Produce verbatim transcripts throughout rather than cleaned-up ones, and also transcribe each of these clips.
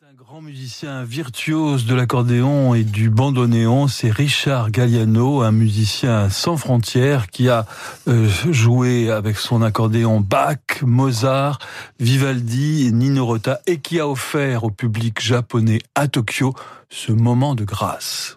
Un grand musicien virtuose de l'accordéon et du bandoneon, c'est Richard Galliano, un musicien sans frontières qui a euh, joué avec son accordéon Bach, Mozart, Vivaldi, Nino Rota et qui a offert au public japonais à Tokyo ce moment de grâce.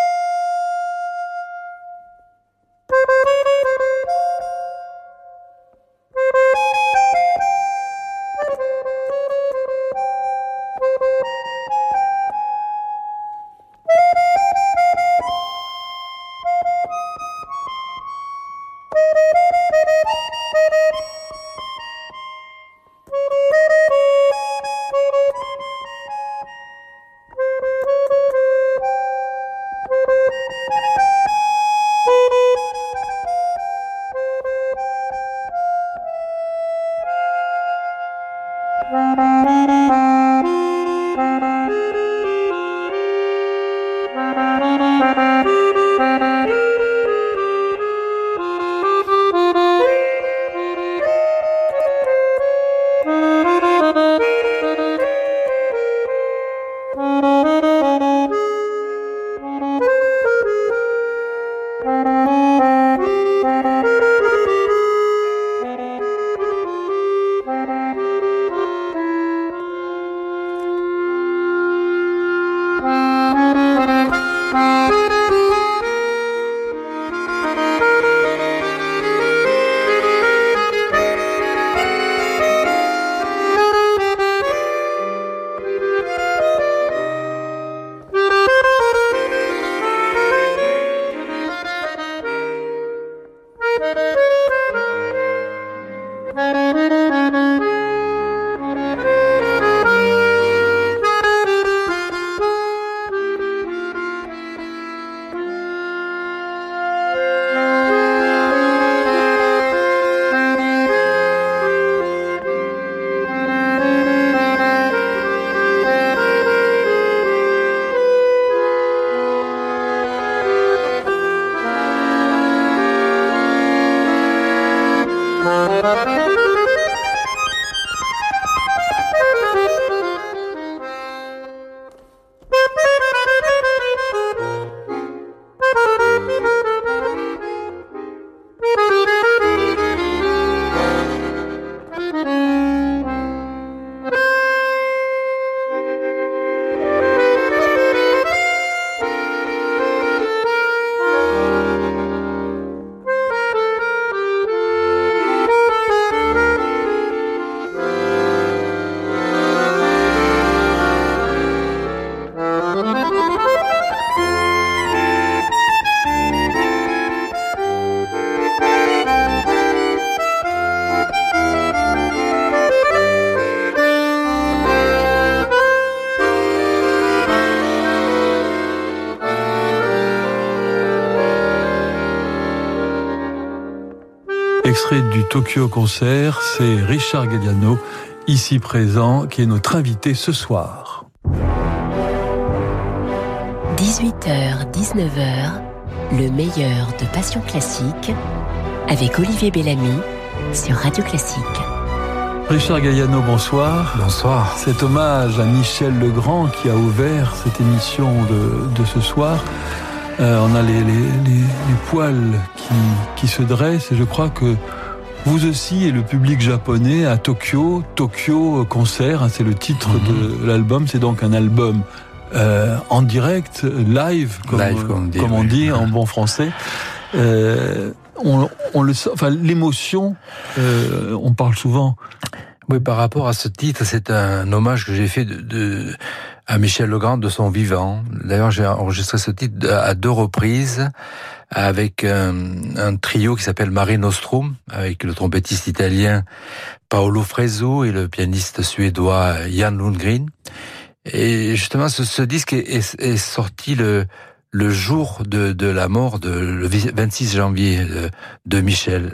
Extrait du Tokyo Concert, c'est Richard Galliano, ici présent, qui est notre invité ce soir. dix-huit heures dix-neuf heures, le meilleur de Passion Classique, avec Olivier Bellamy, sur Radio Classique. Richard Galliano, bonsoir. Bonsoir. Cet hommage à Michel Legrand qui a ouvert cette émission de, de ce soir. Euh, on a les, les, les, les poils qui, qui se dressent et je crois que vous aussi et le public japonais à Tokyo, Tokyo Concert, hein, c'est le titre mm-hmm. de l'album, c'est donc un album euh, en direct, live, comme, live, comme, dit, comme on dit oui. en bon français. Euh, on, on le, enfin, l'émotion, euh, on parle souvent. Oui, par rapport à ce titre, c'est un hommage que j'ai fait de, de à Michel Legrand de son vivant. D'ailleurs, j'ai enregistré ce titre à deux reprises avec un, un trio qui s'appelle Mare Nostrum, avec le trompettiste italien Paolo Fresu et le pianiste suédois Jan Lundgren. Et justement, ce, ce disque est, est, est sorti le, le jour de, de la mort, de, le vingt-six janvier de, de Michel.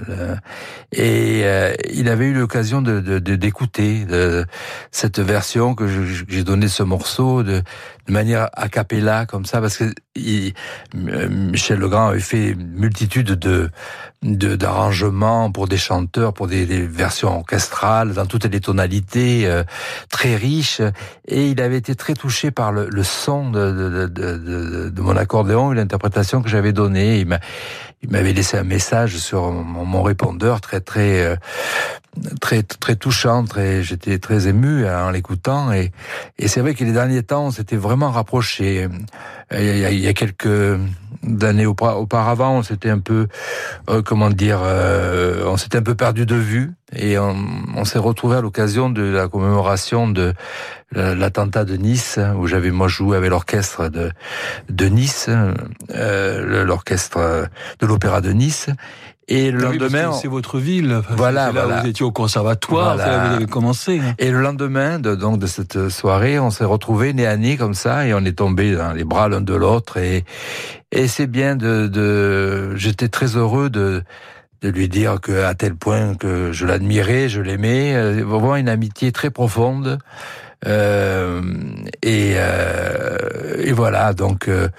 Et euh, il avait eu l'occasion de, de, de, d'écouter de, cette version que je, j'ai donnée de ce morceau de, de manière a cappella, comme ça, parce que il, Michel Legrand avait fait une multitude de, de, d'arrangements pour des chanteurs, pour des, des versions orchestrales, dans toutes les tonalités, euh, très riches. Et il avait été très touché par le, le son de, de, de, de, de mon accordéon et l'interprétation que j'avais donnée. Il, m'a, il m'avait laissé un message sur mon, mon répondeur très très euh, très très touchant, très j'étais très ému en l'écoutant et et c'est vrai que les derniers temps on s'était vraiment rapprochés. Il y a, il y a quelques années auparavant, on s'était un peu euh, comment dire, euh, on s'était un peu perdu de vue et on, on s'est retrouvé à l'occasion de la commémoration de l'attentat de Nice où j'avais moi joué avec l'orchestre de de Nice, euh, l'orchestre de l'opéra de Nice. Et le ah oui, lendemain, c'est, c'est votre ville. Voilà, c'est là voilà. où vous étiez au conservatoire, voilà. C'est là où vous avez commencé. Hein. Et le lendemain de donc de cette soirée, on s'est retrouvés nez à nez comme ça et on est tombés dans les bras l'un de l'autre et et c'est bien de de. J'étais très heureux de de lui dire que à tel point que je l'admirais, je l'aimais, vraiment une amitié très profonde. Euh, et euh, et voilà donc. Euh,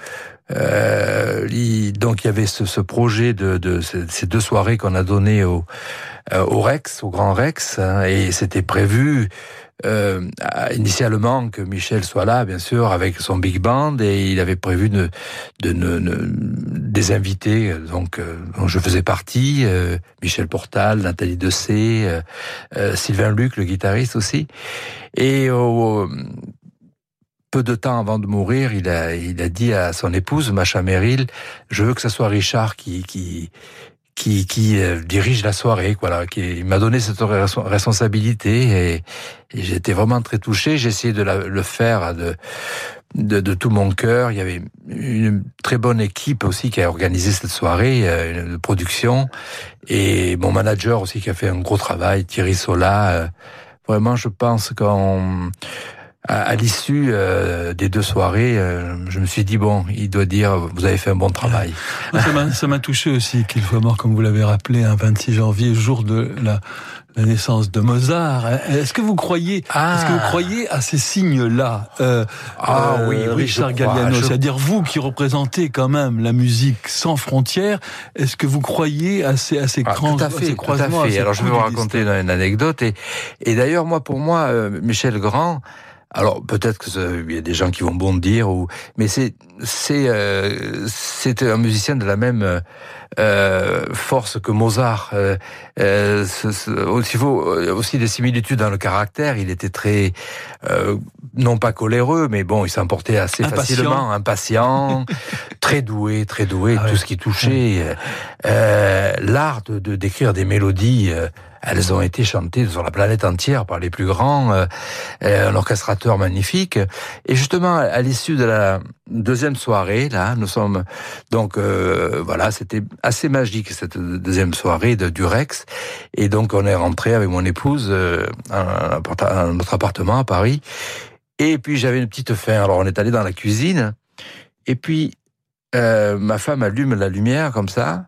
Euh, il, donc il y avait ce, ce projet de, de ces deux soirées qu'on a données au, euh, au Rex, au Grand Rex, hein, et c'était prévu euh, initialement que Michel soit là, bien sûr, avec son big band, et il avait prévu de, de, de, de des invités, donc euh, dont je faisais partie, euh, Michel Portal, Nathalie Dessay, euh, euh, Sylvain Luc, le guitariste aussi, et euh, peu de temps avant de mourir, il a, il a dit à son épouse, Macha Merrill, je veux que ce soit Richard qui, qui, qui, qui euh, dirige la soirée, voilà, qui, il m'a donné cette responsabilité et, et j'ai été vraiment très touché. J'ai essayé de la, le faire de, de, de tout mon cœur. Il y avait une très bonne équipe aussi qui a organisé cette soirée de production et mon manager aussi qui a fait un gros travail, Thierry Sola. Vraiment, je pense qu'on à l'issue euh, des deux soirées, euh, je me suis dit, bon, il doit dire, vous avez fait un bon travail. Ça m'a, ça m'a touché aussi qu'il soit mort, comme vous l'avez rappelé, un vingt-six janvier, jour de la, la naissance de Mozart. Est-ce que vous croyez, ah. est-ce que vous croyez à ces signes-là, euh, ah, euh, oui, oui, Richard Galliano, je... c'est-à-dire vous qui représentez quand même la musique sans frontières, est-ce que vous croyez à ces, à ces, ah, crans, tout à fait, à ces croisements? Tout à fait. Alors je vais vous raconter une, une anecdote et, et d'ailleurs moi, pour moi, euh, Michel Grand. Alors peut-être que il y a des gens qui vont bondir ou mais c'est c'est euh, c'est un musicien de la même euh, force que Mozart. Euh, euh, ce, ce, il faut aussi des similitudes dans le caractère. Il était très euh, non pas coléreux, mais bon, il s'emportait assez impatient. facilement, impatient, très doué, très doué. Ah tout ouais. ce qui touchait euh, l'art de, de d'écrire des mélodies. Euh, Elles ont été chantées sur la planète entière par les plus grands, euh, un orchestrateur magnifique. Et justement, à l'issue de la deuxième soirée, là, nous sommes donc euh, voilà, c'était assez magique cette deuxième soirée de, du Rex. Et donc on est rentré avec mon épouse euh, à, à notre appartement à Paris. Et puis j'avais une petite faim. Alors on est allé dans la cuisine. Et puis euh, ma femme allume la lumière comme ça.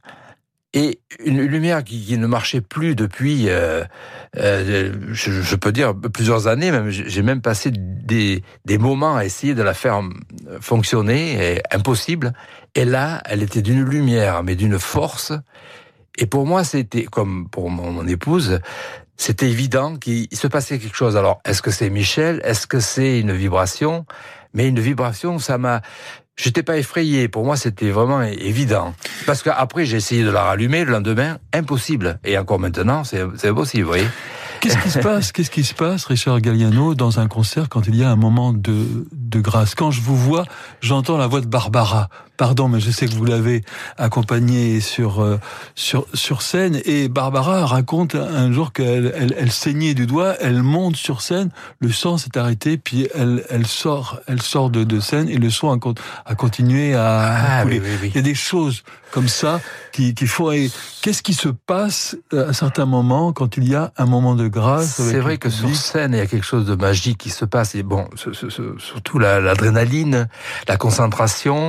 Et une lumière qui, qui ne marchait plus depuis, euh, euh, je, je peux dire, plusieurs années. Même, j'ai même passé des, des moments à essayer de la faire fonctionner, et impossible. Et là, elle était d'une lumière, mais d'une force. Et pour moi, c'était, comme pour mon, mon épouse, c'était évident qu'il se passait quelque chose. Alors, est-ce que c'est Michel? Est-ce que c'est une vibration? Mais une vibration, ça m'a... J'étais pas effrayé. Pour moi, c'était vraiment évident. Parce qu'après, j'ai essayé de la rallumer. Le lendemain, impossible. Et encore maintenant, c'est, c'est impossible, vous voyez. Qu'est-ce qui se passe, qu'est-ce qui se passe, Richard Galliano, dans un concert quand il y a un moment de, de grâce? Quand je vous vois, j'entends la voix de Barbara. Pardon, mais je sais que vous l'avez accompagnée sur, euh, sur, sur scène. Et Barbara raconte un jour qu'elle elle, elle saignait du doigt, elle monte sur scène, le sang s'est arrêté, puis elle, elle sort, elle sort de, de scène et le sang a, a continué à ah, couler. Oui, oui, oui. Il y a des choses comme ça qui, qui font... Et qu'est-ce qui se passe à certains moments quand il y a un moment de grâce? C'est vrai que sur scène, il y a quelque chose de magique qui se passe. Et bon, ce, ce, ce, surtout la, l'adrénaline, la concentration.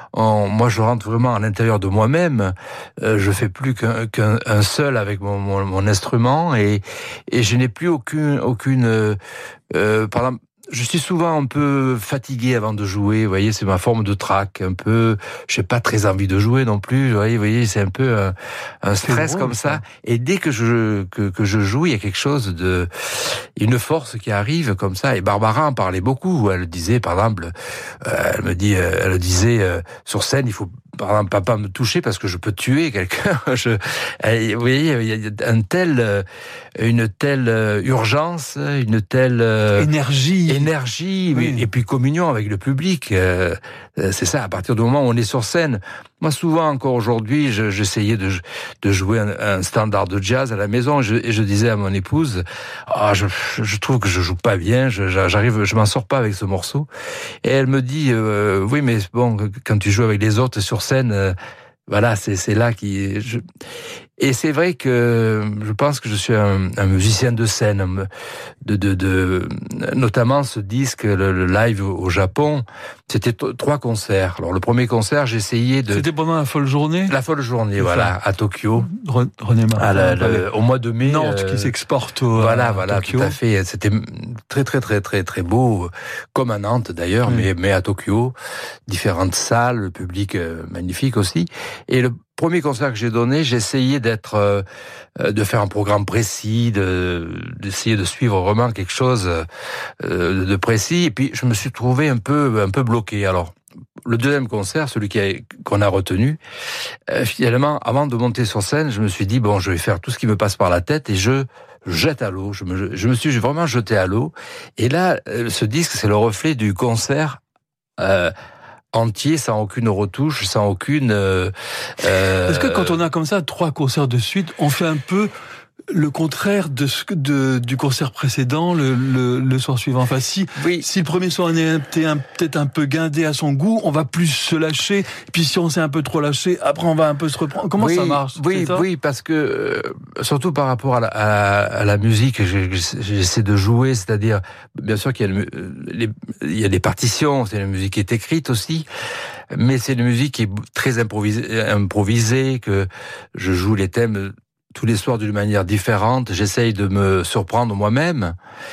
on, moi je rentre vraiment à l'intérieur de moi-même. Euh, je fais plus qu'un, qu'un un seul avec mon, mon, mon instrument et, et je n'ai plus aucune, aucune. Euh, euh, par exemple, je suis souvent un peu fatigué avant de jouer. Vous voyez, c'est ma forme de trac. Un peu, j'ai pas très envie de jouer non plus. Vous voyez, vous voyez, c'est un peu un, un stress drôle, comme ça. ça. Et dès que je que, que je joue, il y a quelque chose de, une force qui arrive comme ça. Et Barbara en parlait beaucoup. Elle disait, par exemple, euh, elle me dit, elle disait euh, sur scène, il faut par exemple pas, pas me toucher parce que je peux tuer quelqu'un. je, elle, vous voyez, il y a un tel, une telle urgence, une telle énergie. Énergie, oui. Et puis communion avec le public. Euh, c'est ça, à partir du moment où on est sur scène. Moi, souvent, encore aujourd'hui, je, j'essayais de, de jouer un, un standard de jazz à la maison je, et je disais à mon épouse, oh, je, je trouve que je joue pas bien, je, j'arrive, je m'en sors pas avec ce morceau. Et elle me dit, euh, oui, mais bon, quand tu joues avec les autres sur scène, euh, voilà, c'est, c'est là qui... Je... Et c'est vrai que je pense que je suis un, un musicien de scène, de, de, de, notamment ce disque, le, le live au Japon, c'était t- trois concerts. Alors le premier concert, j'essayais de... C'était pendant la folle journée. La folle journée, c'est voilà, ça. À Tokyo. René Martin. À la, le, au mois de mai. Nantes euh, qui s'exporte au, voilà, à voilà, Tokyo. Tout à fait. C'était très, très, très, très, très beau, comme à Nantes d'ailleurs, oui. mais, mais à Tokyo. Différentes salles, le public euh, magnifique aussi. Et le premier concert que j'ai donné, j'ai essayé d'être, euh, de faire un programme précis, de, d'essayer de suivre vraiment quelque chose euh, de précis. Et puis, je me suis trouvé un peu, un peu bloqué. Alors, le deuxième concert, celui qui a, qu'on a retenu, euh, finalement, avant de monter sur scène, je me suis dit, bon, je vais faire tout ce qui me passe par la tête et je jette à l'eau. Je me, je me suis vraiment jeté à l'eau. Et là, ce disque, c'est le reflet du concert, euh, entier, sans aucune retouche, sans aucune... Euh, euh... Est-ce que quand on a comme ça trois concerts de suite, on fait un peu le contraire de ce que de du concert précédent, le, le, le soir suivant? Enfin, si, oui. si le premier soir on était un, peut-être un peu guindé à son goût, on va plus se lâcher. Puis si on s'est un peu trop lâché, après on va un peu se reprendre. Comment oui, ça marche? Oui, ça oui, parce que euh, surtout par rapport à la, à, à la musique, j'essaie de jouer, c'est-à-dire bien sûr qu'il y a, le, les, il y a des partitions, c'est la musique qui est écrite aussi. Mais c'est une musique qui est très improvisée, improvisée, que je joue les thèmes tous les soirs d'une manière différente. J'essaye de me surprendre moi-même.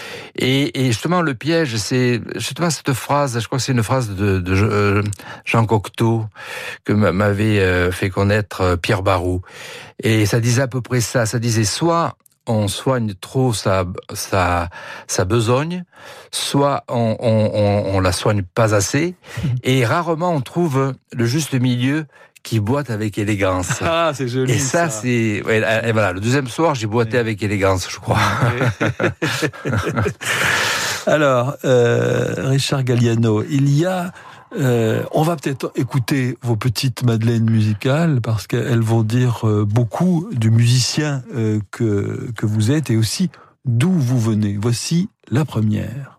Et, et justement, le piège, c'est justement cette phrase, je crois que c'est une phrase de, de Jean Cocteau que m'avait fait connaître Pierre Barou. Et ça disait à peu près ça. Ça disait soit on soigne trop sa sa sa besogne, soit on on on, on la soigne pas assez, et rarement on trouve le juste milieu qui boite avec élégance. Ah, c'est joli. Et ça, ça. c'est ouais, et voilà. Le deuxième soir, j'ai boité oui. avec élégance, je crois. Alors, euh, Richard Galliano, il y a Euh, on va peut-être écouter vos petites madeleines musicales parce qu'elles vont dire euh, beaucoup du musicien euh, que, que vous êtes et aussi d'où vous venez. Voici la première.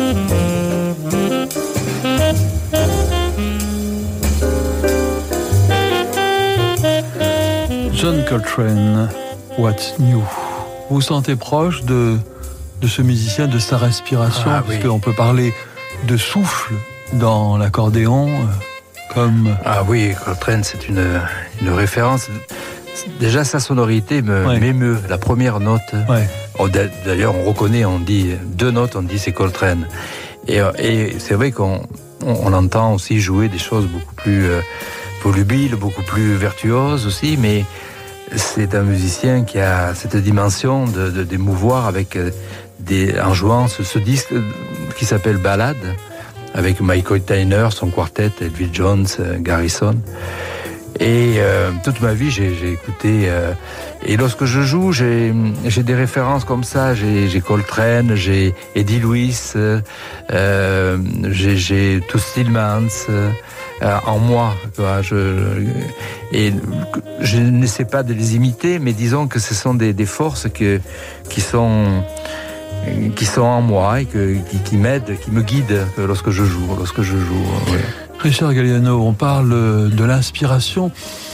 John Coltrane, What's New. Vous vous sentez proche de, de ce musicien, de sa respiration, ah, parce oui. qu'on peut parler de souffle dans l'accordéon, euh, comme... Ah oui, Coltrane, c'est une, une référence. Déjà, sa sonorité me, ouais. m'émeut. La première note, ouais. oh, d'ailleurs, on reconnaît, on dit deux notes, on dit c'est Coltrane. Et, et c'est vrai qu'on on, on entend aussi jouer des choses beaucoup plus euh, volubiles, beaucoup plus virtuoses aussi, mais c'est un musicien qui a cette dimension de, de, d'émouvoir avec des, en jouant ce, ce disque qui s'appelle Ballade, avec Michael Tyner, son quartet, Elvin Jones, Garrison. Et euh, toute ma vie, j'ai, j'ai écouté. Euh, et lorsque je joue, j'ai, j'ai des références comme ça. J'ai, j'ai Coltrane, j'ai Eddie Lewis, euh, j'ai, j'ai Toots Thielemans euh, en moi. Quoi. Je, et je n'essaie pas de les imiter, mais disons que ce sont des, des forces que, qui sont qui sont en moi et que, qui, qui m'aident, qui me guident lorsque je joue. Lorsque je joue. Ouais. Richard Galliano, on parle de l'inspiration.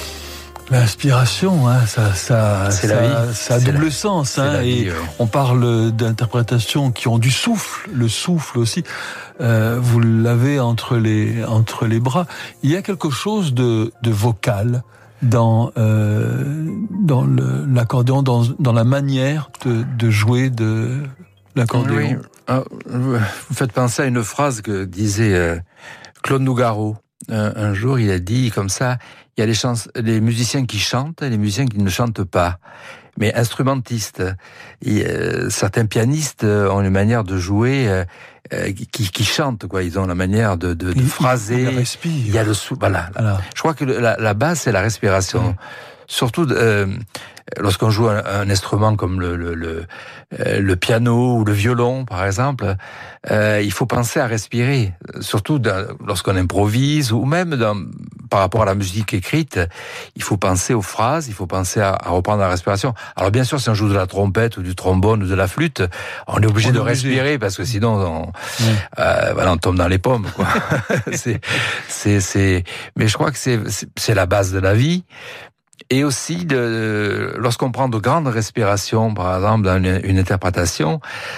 L'inspiration, hein, ça, ça, c'est ça, la vie. ça a c'est double la, sens. Hein, vie, et ouais. On parle d'interprétations qui ont du souffle, le souffle aussi. Euh, vous l'avez entre les entre les bras. Il y a quelque chose de, de vocal dans euh, dans le, l'accordéon, dans dans la manière de, de jouer de l'accordéon. Oui. Ah, vous faites penser à une phrase que disait euh, Claude Nougaro. Un, un jour, il a dit comme ça, il y a les, chans- les musiciens qui chantent et les musiciens qui ne chantent pas. Mais instrumentistes, et, euh, certains pianistes ont une manière de jouer euh, euh, qui, qui chantent, quoi. Ils ont la manière de, de, de il, phraser. Il respire. Il y a le sou. Voilà. voilà. Je crois que le, la, la base, c'est la respiration. Mmh. Surtout euh, lorsqu'on joue un, un instrument comme le, le, le, euh, le piano ou le violon, par exemple, euh, il faut penser à respirer. Surtout dans, lorsqu'on improvise ou même dans, par rapport à la musique écrite, il faut penser aux phrases, il faut penser à, à reprendre la respiration. Alors bien sûr, si on joue de la trompette ou du trombone ou de la flûte, on est obligé on de est respirer obligé. Parce que sinon, on, oui. euh, voilà, on tombe dans les pommes, quoi. c'est, c'est, c'est. Mais je crois que c'est, c'est, c'est la base de la vie. Et aussi, de, lorsqu'on prend de grandes respirations, par exemple, dans une, une interprétation,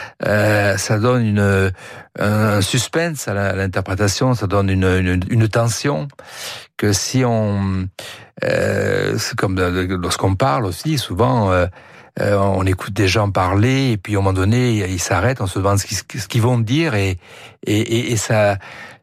euh, ça donne une, un suspense à, la, à l'interprétation, ça donne une, une, une tension que si on... Euh, c'est comme lorsqu'on parle aussi, souvent... Euh, Euh, on écoute des gens parler et puis à un moment donné ils s'arrêtent, on se demande ce qu'ils, ce qu'ils vont dire et et, et, et ça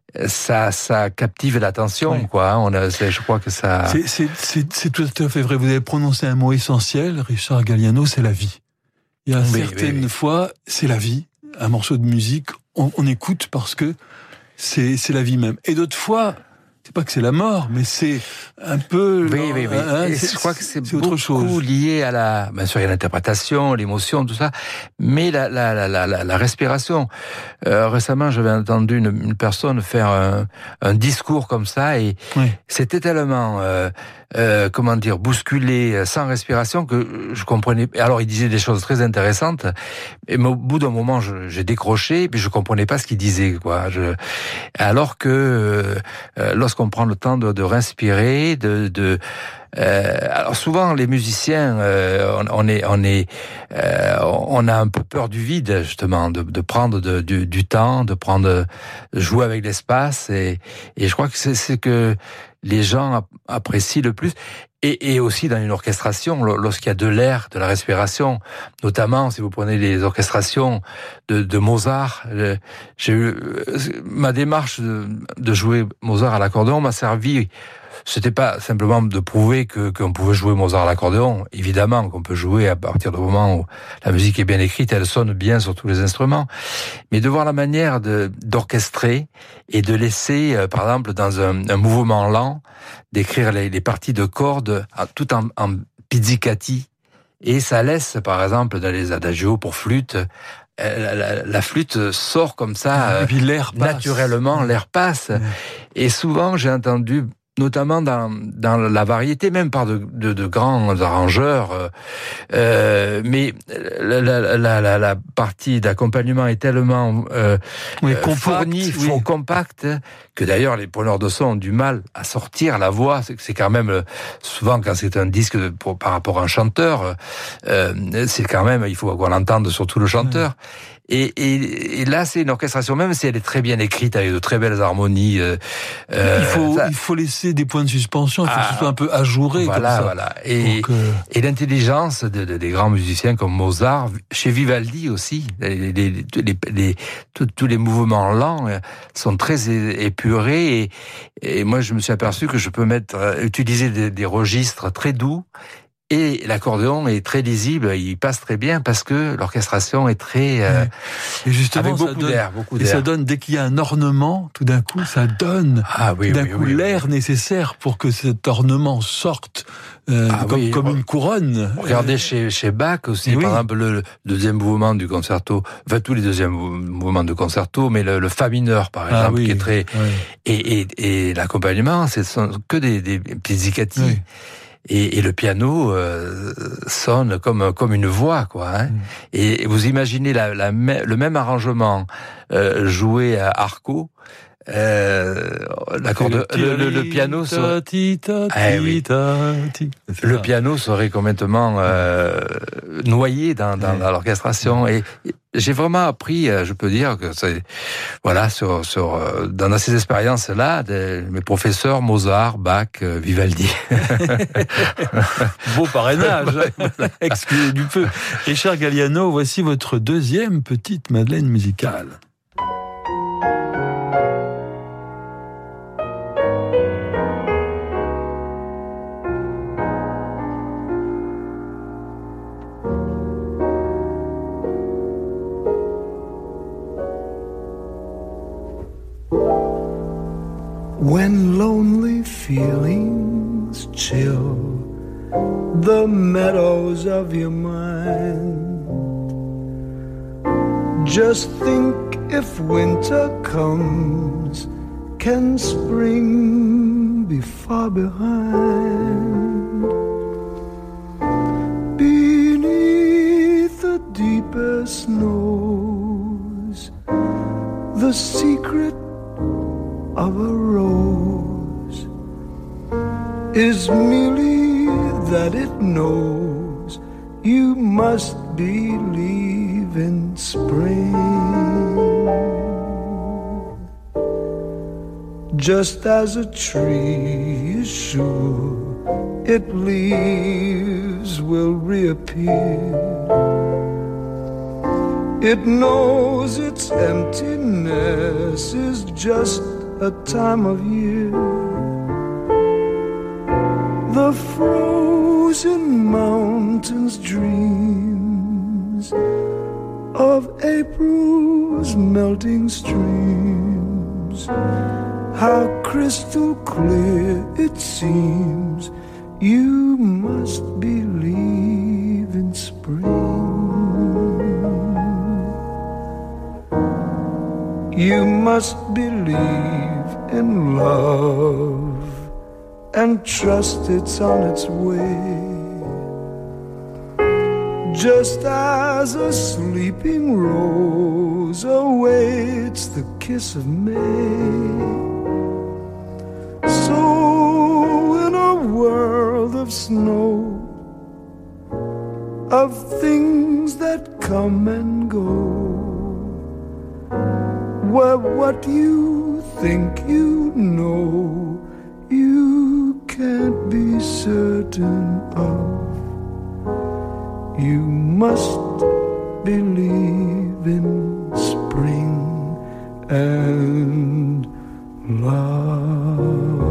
ça ça captive l'attention oui. quoi. On a, je crois que ça. C'est, c'est c'est c'est tout à fait vrai. Vous avez prononcé un mot essentiel, Richard Galliano, c'est la vie. Il y a oui, certaines oui, oui. fois, c'est la vie. Un morceau de musique, on, on écoute parce que c'est c'est la vie même. Et d'autres fois. C'est pas que c'est la mort, mais c'est un peu... Oui, oui, oui. Hein, et je crois que c'est, c'est autre chose. Lié à la... Bien sûr, il y a l'interprétation, l'émotion, tout ça, mais la, la, la, la, la respiration. Euh, récemment, j'avais entendu une, une personne faire un, un discours comme ça, et oui. c'était tellement... Euh, Euh, comment dire, bousculé, sans respiration, que je comprenais. Alors, il disait des choses très intéressantes, mais au bout d'un moment, je, j'ai décroché, et puis je comprenais pas ce qu'il disait, quoi. Je... Alors que euh, lorsqu'on prend le temps de, de respirer, de, de euh, alors souvent les musiciens, euh, on, on est, on est, euh, on a un peu peur du vide, justement, de, de prendre de, du, du temps, de prendre, de jouer avec l'espace, et, et je crois que c'est, c'est que les gens apprécient le plus. Et, et aussi dans une orchestration, lorsqu'il y a de l'air, de la respiration, notamment si vous prenez les orchestrations de, de Mozart, j'ai eu, ma démarche de, de jouer Mozart à l'accordéon m'a servi. C'était pas simplement de prouver que qu'on pouvait jouer Mozart à l'accordéon. Évidemment qu'on peut jouer à partir du moment où la musique est bien écrite, elle sonne bien sur tous les instruments. Mais de voir la manière de, d'orchestrer et de laisser, euh, par exemple, dans un, un mouvement lent, d'écrire les, les parties de cordes tout en, en pizzicati. Et ça laisse, par exemple, dans les adagios pour flûte, La, la, la flûte sort comme ça, et puis l'air passe. Naturellement, l'air passe. Ouais. Et souvent, j'ai entendu notamment dans, dans la variété, même par de, de, de grands arrangeurs. Euh, mais la, la, la, la, la partie d'accompagnement est tellement euh, oui, compact, fournie, oui. compacte, que d'ailleurs les preneurs de son ont du mal à sortir la voix. C'est, c'est quand même, souvent quand c'est un disque de, pour, par rapport à un chanteur, euh, c'est quand même, il faut qu'on l'entende surtout le chanteur. Oui. Et, et, et là, c'est une orchestration, même si elle est très bien écrite, avec de très belles harmonies. Euh, il, faut, ça... il faut laisser des points de suspension, il faut ah, que ce soit un peu ajouré. Voilà, comme ça. voilà. Et, Donc, euh... et l'intelligence de, de, des grands musiciens comme Mozart, chez Vivaldi aussi, les, les, les, les, tous les mouvements lents sont très épurés. Et, et moi, je me suis aperçu que je peux mettre, utiliser des, des registres très doux. Et l'accordéon est très lisible, il passe très bien parce que l'orchestration est très euh, et justement, avec beaucoup donne, d'air, beaucoup et d'air. ça donne, dès qu'il y a un ornement, tout d'un coup, ça donne ah, oui, tout d'un oui, coup oui, l'air oui. nécessaire pour que cet ornement sorte euh, ah, comme, oui. comme une couronne. Regardez euh... chez chez Bach aussi, et par oui. exemple le, le deuxième mouvement du concerto, enfin tous les deuxièmes mouvements de concerto, mais le, le fa mineur par exemple, ah, oui. qui est très oui. et, et et l'accompagnement, c'est sont que des des petits zicati. Oui. Et, et le piano euh, sonne comme comme une voix, quoi. Hein. Mm. Et vous imaginez la, la, le même arrangement euh, joué à Arco. Euh, le, le, le piano serait... ah, oui. le piano serait complètement euh, noyé dans, dans, dans l'orchestration. Et j'ai vraiment appris, je peux dire que c'est voilà sur sur dans ces expériences là, de, mes professeurs Mozart, Bach, Vivaldi. Beau parrainage, excusez du peu. Richard Galliano, voici votre deuxième petite Madeleine musicale. When lonely feelings chill the meadows of your mind, just think if winter comes, can spring be far behind? Beneath the deeper snows, the secret of a rose is merely that it knows you must believe in spring. Just as a tree is sure its leaves will reappear, it knows its emptiness is just a time of year. The frozen mountains dreams of April's melting streams. How crystal clear it seems you must believe in spring. You must believe in love and trust it's on its way. Just as a sleeping rose awaits the kiss of May, so in a world of snow, of things that come and go, where what you think you know, you can't be certain of. You must believe in spring and love.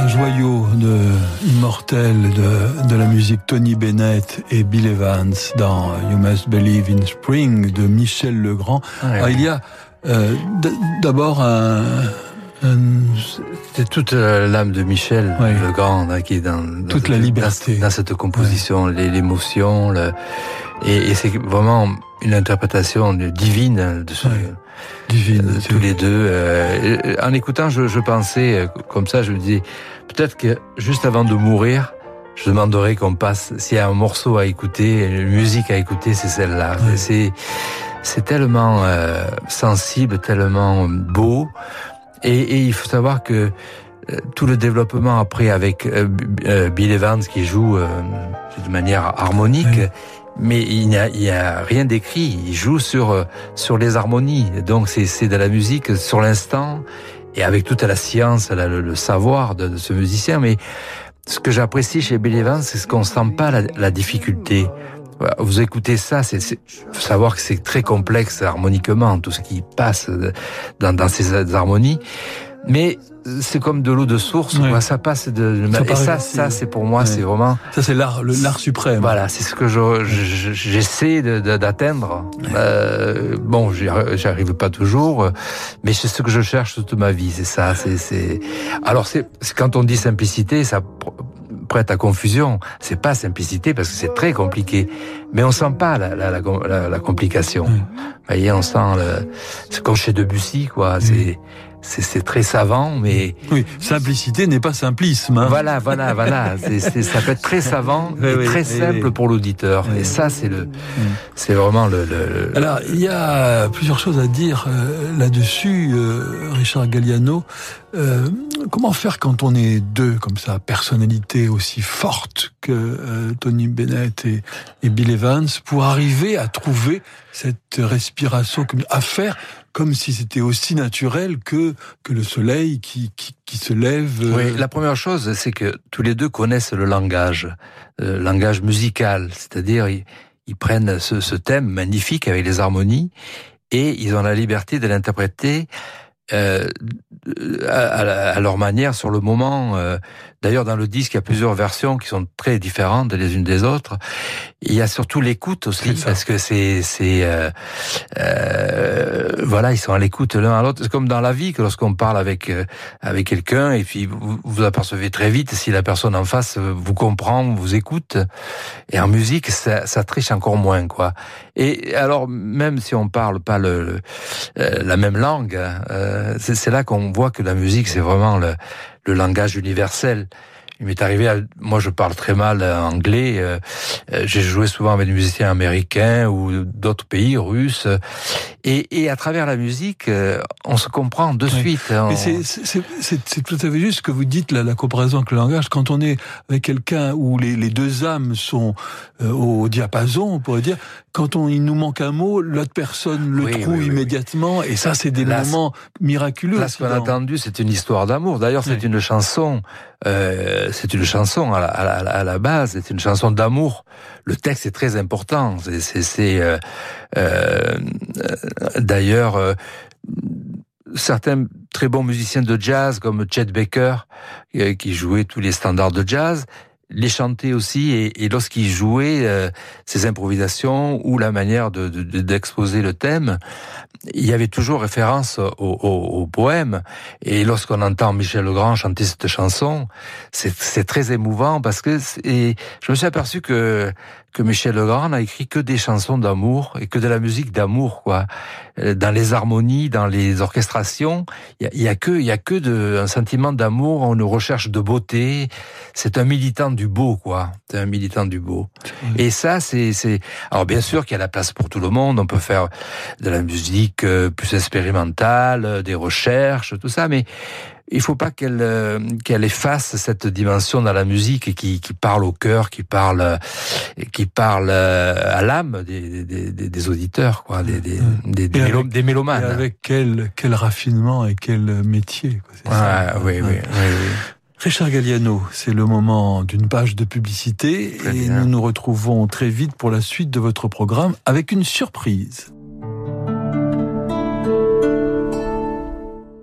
un joyau de, immortel de, de la musique, Tony Bennett et Bill Evans dans You Must Believe in Spring de Michel Legrand. Ah, Alors, il y a euh, d- d'abord un... un... C'est toute l'âme de Michel oui. Legrand hein, qui est dans, dans toute cette, la liberté dans, dans cette composition, oui. l'émotion, le, et, et c'est vraiment une interprétation divine de ce. Oui. Divine, euh, tous les deux. Euh, en écoutant, je, je pensais euh, comme ça, je me disais peut-être que juste avant de mourir, je demanderais qu'on passe. S'il y a un morceau à écouter, une musique à écouter, c'est celle-là. Oui. C'est c'est tellement euh, sensible, tellement beau, et, et il faut savoir que euh, tout le développement après avec euh, euh, Bill Evans qui joue euh, de manière harmonique. Oui. Mais il n'y a, il y a rien d'écrit. Il joue sur sur les harmonies. Donc c'est c'est de la musique sur l'instant et avec toute la science, la, le, le savoir de, de ce musicien. Mais ce que j'apprécie chez Bill Evans, c'est ce qu'on sent pas la, la difficulté. Vous écoutez ça, c'est, c'est faut savoir que c'est très complexe harmoniquement tout ce qui passe dans dans ces harmonies. Mais c'est comme de l'eau de source, oui. quoi. Ça passe de, ça et ça, ça, c'est pour moi, oui. c'est vraiment. Ça, c'est l'art, le, l'art suprême. Voilà, c'est ce que je, je j'essaie de, de, d'atteindre. Oui. Euh, bon, j'y, j'y arrive pas toujours, mais c'est ce que je cherche toute ma vie, c'est ça, c'est, c'est. Alors, c'est, c'est quand on dit simplicité, ça prête à confusion. C'est pas simplicité parce que c'est très compliqué, mais on sent pas la, la, la, la, la complication. Oui. Vous voyez, on sent le, c'est comme chez Debussy, quoi. Oui. C'est. C'est, c'est très savant, mais... Oui, simplicité n'est pas simplisme. Hein. Voilà, voilà, voilà. C'est, c'est, ça peut être très savant oui, et oui, très oui, simple oui. pour l'auditeur. Oui. Et ça, c'est le, c'est vraiment le, le... Alors, il y a plusieurs choses à dire euh, là-dessus, euh, Richard Galliano. Euh, comment faire quand on est deux, comme ça, personnalités aussi fortes que euh, Tony Bennett et, et Bill Evans, pour arriver à trouver cette respiration, à faire comme si c'était aussi naturel que que le soleil qui qui, qui se lève. Euh... Oui, la première chose, c'est que tous les deux connaissent le langage, le langage musical, c'est-à-dire ils, ils prennent ce, ce thème magnifique avec les harmonies et ils ont la liberté de l'interpréter euh, à, à leur manière sur le moment. Euh, D'ailleurs, dans le disque, il y a plusieurs versions qui sont très différentes les unes des autres. Il y a surtout l'écoute aussi, parce que c'est, c'est, euh, euh, voilà, ils sont à l'écoute l'un à l'autre. C'est comme dans la vie que lorsqu'on parle avec euh, avec quelqu'un, et puis vous vous apercevez très vite si la personne en face vous comprend, vous écoute. Et en musique, ça, ça triche encore moins, quoi. Et alors, même si on parle pas le, le euh, la même langue, euh, c'est, c'est là qu'on voit que la musique, c'est vraiment le le langage universel. Il m'est arrivé, à, moi je parle très mal anglais, euh, j'ai joué souvent avec des musiciens américains ou d'autres pays, russes, et, et à travers la musique, on se comprend de oui. suite. On... Mais c'est, c'est, c'est, c'est tout à fait juste ce que vous dites, là, la comparaison avec le langage. Quand on est avec quelqu'un où les, les deux âmes sont euh, au diapason, on pourrait dire, quand on, il nous manque un mot, l'autre personne le oui, trouve oui, oui, immédiatement, oui. et ça c'est des là, moments miraculeux. Là, ce qu'on a entendu, c'est une histoire d'amour. D'ailleurs, c'est oui. une chanson... Euh, c'est une chanson à la, à, la, à la base, c'est une chanson d'amour. Le texte est très important. C'est, c'est, c'est euh, euh, d'ailleurs euh, certains très bons musiciens de jazz comme Chet Baker, euh, qui jouait tous les standards de jazz, les chantaient aussi, et, et lorsqu'ils jouaient euh, ces improvisations ou la manière de, de, d'exposer le thème, il y avait toujours référence au, au, au poème. Et lorsqu'on entend Michel Legrand chanter cette chanson, c'est, c'est très émouvant parce que et je me suis aperçu que que Michel Legrand n'a écrit que des chansons d'amour et que de la musique d'amour, quoi. Dans les harmonies, dans les orchestrations, il y a, il y a que il y a que de un sentiment d'amour, une recherche de beauté. C'est un militant du beau, quoi. C'est un militant du beau. Mmh. Et ça, c'est c'est alors bien sûr qu'il y a la place pour tout le monde. On peut faire de la musique plus expérimentale, des recherches, tout ça, mais il faut pas qu'elle qu'elle efface cette dimension dans la musique qui qui parle au cœur, qui parle qui parle à l'âme des des, des, des auditeurs, quoi, des des, des, des, mélo, avec, des mélomanes. Et avec quel quel raffinement et quel métier, quoi. C'est ouais, ça, oui, oui, oui, oui. Richard Galliano, c'est le moment d'une page de publicité très et bien. Nous nous retrouvons très vite pour la suite de votre programme avec une surprise.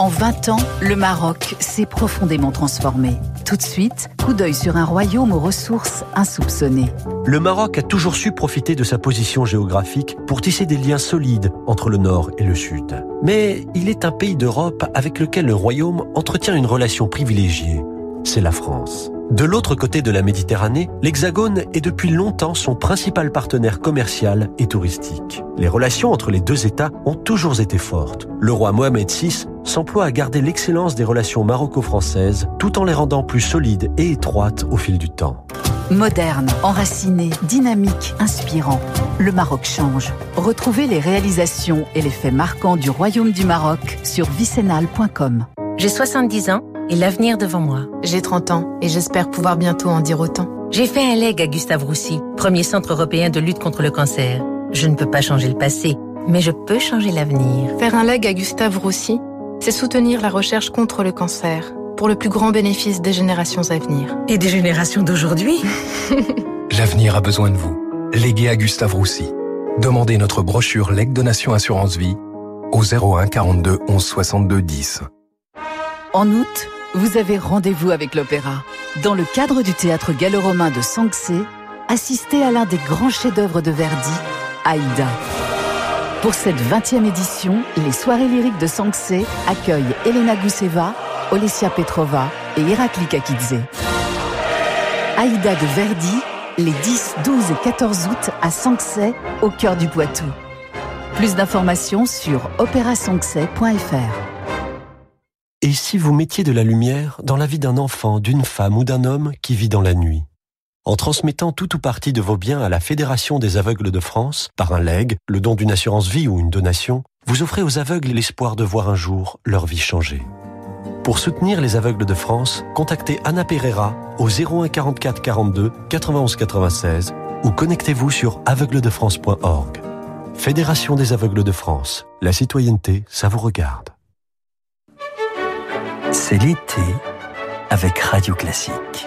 En vingt ans, le Maroc s'est profondément transformé. Tout de suite, coup d'œil sur un royaume aux ressources insoupçonnées. Le Maroc a toujours su profiter de sa position géographique pour tisser des liens solides entre le nord et le sud. Mais il est un pays d'Europe avec lequel le royaume entretient une relation privilégiée. C'est la France. De l'autre côté de la Méditerranée, l'Hexagone est depuis longtemps son principal partenaire commercial et touristique. Les relations entre les deux États ont toujours été fortes. Le roi Mohamed six s'emploie à garder l'excellence des relations maroco-françaises tout en les rendant plus solides et étroites au fil du temps. Moderne, enraciné, dynamique, inspirant, le Maroc change. Retrouvez les réalisations et les faits marquants du Royaume du Maroc sur vicenal point com. J'ai soixante-dix ans et l'avenir devant moi. J'ai trente ans et j'espère pouvoir bientôt en dire autant. J'ai fait un leg à Gustave Roussy, premier centre européen de lutte contre le cancer. Je ne peux pas changer le passé, mais je peux changer l'avenir. Faire un leg à Gustave Roussy, c'est soutenir la recherche contre le cancer, pour le plus grand bénéfice des générations à venir. Et des générations d'aujourd'hui. L'avenir a besoin de vous. Léguez à Gustave Roussy. Demandez notre brochure Leg Donation Assurance Vie au zéro un quarante-deux onze soixante-deux dix. En août, vous avez rendez-vous avec l'opéra. Dans le cadre du théâtre gallo-romain de Sanxé, assistez à l'un des grands chefs-d'œuvre de Verdi, Aïda. Pour cette vingtième édition, les soirées lyriques de Sanxé accueillent Elena Gousseva, Olesya Petrova et Irakli Kakidze. Aïda de Verdi, les dix, douze et quatorze août à Sanxé, au cœur du Poitou. Plus d'informations sur opéra sanxé point f r. Et si vous mettiez de la lumière dans la vie d'un enfant, d'une femme ou d'un homme qui vit dans la nuit? En transmettant tout ou partie de vos biens à la Fédération des aveugles de France, par un legs, le don d'une assurance vie ou une donation, vous offrez aux aveugles l'espoir de voir un jour leur vie changer. Pour soutenir les aveugles de France, contactez Anna Pereira au zéro un quarante-quatre quarante-deux quatre-vingt-onze quatre-vingt-seize ou connectez-vous sur aveugle de france point org. Fédération des aveugles de France. La citoyenneté, ça vous regarde. C'est l'été avec Radio Classique.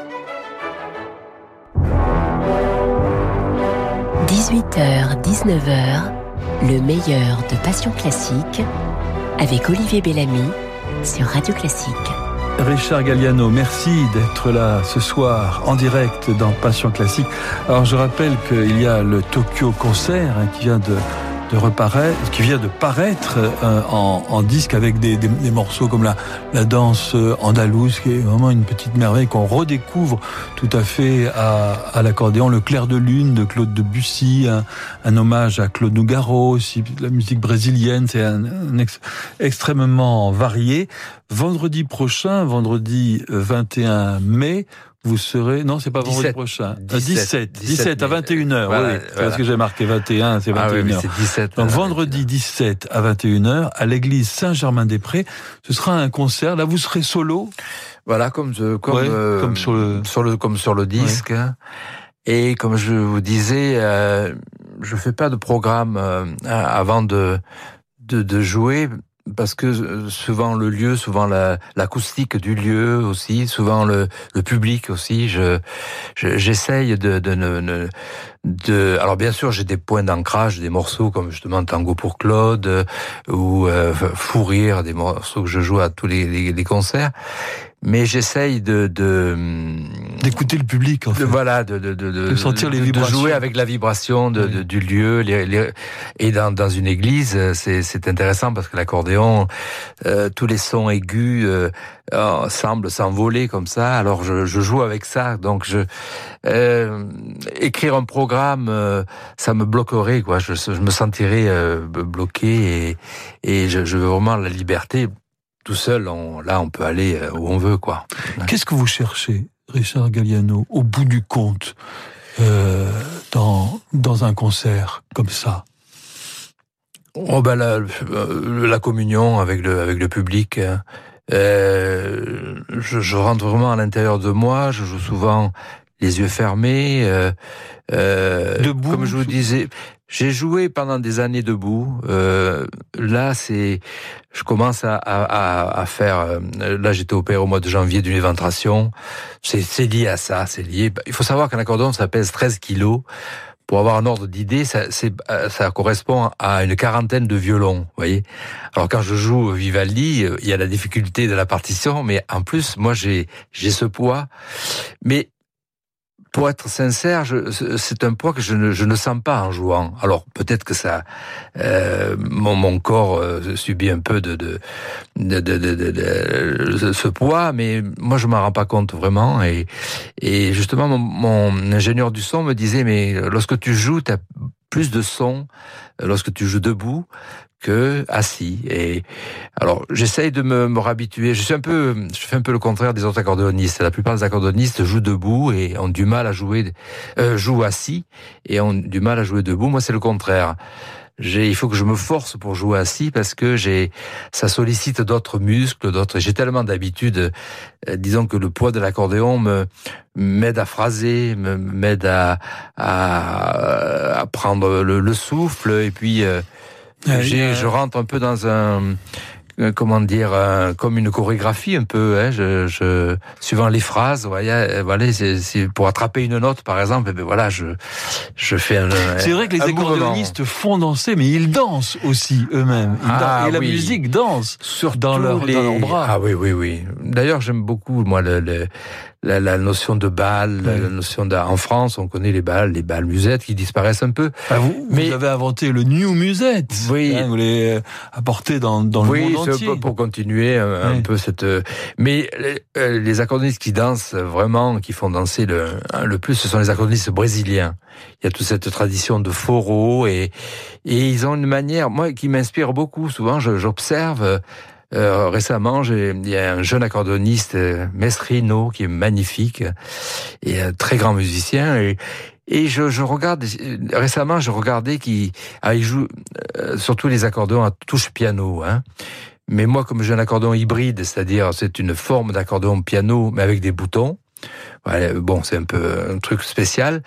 dix-huit heures dix-neuf heures, le meilleur de Passion Classique avec Olivier Bellamy sur Radio Classique. Richard Galliano, merci d'être là ce soir en direct dans Passion Classique. Alors je rappelle qu'il y a le Tokyo Concert hein, qui vient de de reparaître, qui vient de paraître euh, en, en disque avec des, des, des morceaux comme la, la danse andalouse, qui est vraiment une petite merveille qu'on redécouvre tout à fait à, à l'accordéon. Le Clair de Lune de Claude Debussy, un, un hommage à Claude Nougaro, aussi la musique brésilienne, c'est un, un ex, extrêmement varié. Vendredi prochain, vendredi vingt et un mai, vous serez... Non, c'est pas vendredi prochain. dix-sept, dix-sept à vingt et une heures. Voilà, oui, voilà. Parce que j'ai marqué vingt et un, c'est vingt et une heures. Ah oui, c'est dix-sept. Donc vendredi dix-sept à vingt et une heures, à l'église Saint-Germain-des-Prés, ce sera un concert. Là, vous serez solo. Voilà, comme comme ouais, euh, comme sur le sur le comme sur le disque. Ouais. Et comme je vous disais, euh, je fais pas de programme euh, avant de de, de jouer. Parce que souvent le lieu, souvent la, l'acoustique du lieu aussi, souvent le, le public aussi, je, je j'essaye de, de, de, de, de, alors bien sûr j'ai des points d'ancrage, des morceaux comme justement Tango pour Claude ou euh, Fou Rire, des morceaux que je joue à tous les, les, les concerts. Mais j'essaye de, de d'écouter le public, en fait. De, voilà, de, de, de, de sentir les de, vibrations, de jouer avec la vibration de, oui. de du lieu. Les, les, et dans, dans une église, c'est, c'est intéressant parce que l'accordéon, euh, tous les sons aigus euh, euh, semblent s'envoler comme ça. Alors je, je joue avec ça. Donc je euh, écrire un programme, euh, ça me bloquerait, quoi. Je, je me sentirais euh, bloqué et, et je, je veux vraiment la liberté. Tout seul, on, là, on peut aller où on veut, quoi. Qu'est-ce que vous cherchez, Richard Galliano, au bout du compte, euh, dans dans un concert comme ça? Oh ben la, la communion avec le avec le public. Euh, je, je rentre vraiment à l'intérieur de moi. Je joue souvent les yeux fermés. Euh, euh, debout, comme je vous disais. J'ai joué pendant des années debout. Euh, là, c'est, je commence à, à, à faire. Euh, là, j'étais opéré au mois de janvier d'une éventration. C'est, c'est lié à ça. C'est lié. Il faut savoir qu'un accordéon, ça pèse treize kilos. pour avoir un ordre d'idée, ça, c'est, ça correspond à une quarantaine de violons, vous voyez. Alors quand je joue Vivaldi, il y a la difficulté de la partition, mais en plus, moi j'ai j'ai ce poids. Mais pour être sincère, je, c'est un poids que je ne, je ne sens pas en jouant. Alors peut-être que ça, euh, mon, mon corps euh, subit un peu de, de, de, de, de, de, de ce poids, mais moi je m'en rends pas compte vraiment. Et, et justement, mon, mon ingénieur du son me disait, mais lorsque tu joues, tu as plus de son lorsque tu joues debout que assis. Et alors, j'essaye de me, me réhabituer. Je suis un peu, je fais un peu le contraire des autres accordéonistes. La plupart des accordéonistes jouent debout et ont du mal à jouer, euh, jouent assis et ont du mal à jouer debout. Moi, c'est le contraire. J'ai, il faut que je me force pour jouer assis parce que j'ai, ça sollicite d'autres muscles, d'autres. J'ai tellement d'habitude. Euh, disons que le poids de l'accordéon me m'aide à phraser, me, m'aide à, à, à prendre le, le souffle et puis. Euh, J'ai, je rentre un peu dans un, comment dire, un, comme une chorégraphie un peu, hein, je, je, suivant les phrases, voyez, voilà, c'est, c'est pour attraper une note, par exemple, et ben voilà, je, je fais un. C'est vrai que les accordéonistes font danser, mais ils dansent aussi eux-mêmes. Ils ah, dansent, et la oui. musique danse Surtout dans leur, les... dans leurs bras. Ah oui, oui, oui. D'ailleurs, j'aime beaucoup, moi, le, le La, la notion de bal, oui. la notion de, en France, on connaît les bals, les bals musettes qui disparaissent un peu. Ah, vous, mais vous avez inventé le new musette. Oui. Hein, vous l'avez apporté dans, dans oui, le monde entier. Oui, pour continuer un, oui. un peu cette. Mais les, les accordéonistes qui dansent vraiment, qui font danser le, le plus, ce sont les accordéonistes brésiliens. Il y a toute cette tradition de forró et et ils ont une manière, moi, qui m'inspire beaucoup. Souvent, je, j'observe. Euh, récemment, j'ai, il y a un jeune accordéoniste, euh, Mesrino, qui est magnifique et un très grand musicien. Et, et je, je regarde, récemment, je regardais qu'il ah, il joue euh, surtout les accordéons à touche piano. Hein. Mais moi, comme j'ai un accordéon hybride, c'est-à-dire c'est une forme d'accordéon piano, mais avec des boutons. Ouais, bon, c'est un peu un truc spécial.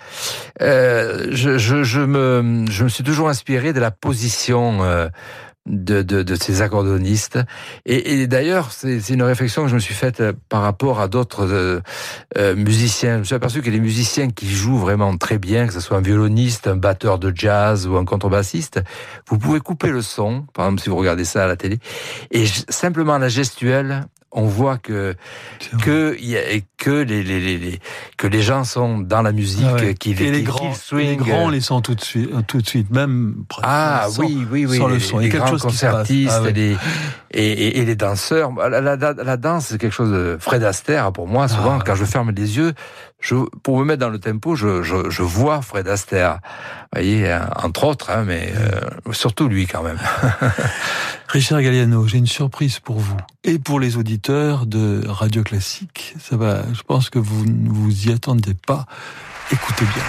Euh, je, je, je, me, je me suis toujours inspiré de la position euh, de, de, de ces accordéonistes. Et, et d'ailleurs, c'est, c'est une réflexion que je me suis faite par rapport à d'autres euh, euh, musiciens. Je me suis aperçu que les musiciens qui jouent vraiment très bien, que ce soit un violoniste, un batteur de jazz ou un contrebassiste, vous pouvez couper le son, par exemple si vous regardez ça à la télé, et simplement la gestuelle, on voit que que y a, que les, les les que les gens sont dans la musique, ah ouais. qu'ils et les qu'ils grands swing. les grands les sont tout de suite tout de suite même ah sans, oui oui oui sans les, le son. Les, il y a quelque grands chose concertistes qui se passe. Ah ouais. et, les, et, et et les danseurs. La, la, la, la danse c'est quelque chose de Fred Astaire pour moi. Souvent ah, quand je ferme les yeux, je pour me mettre dans le tempo, je je, je vois Fred Astaire. Vous voyez, entre autres, hein, mais euh, surtout lui quand même. Richard Galliano, j'ai une surprise pour vous et pour les auditeurs de Radio Classique. Ça va, je pense que vous ne vous y attendez pas. Écoutez bien.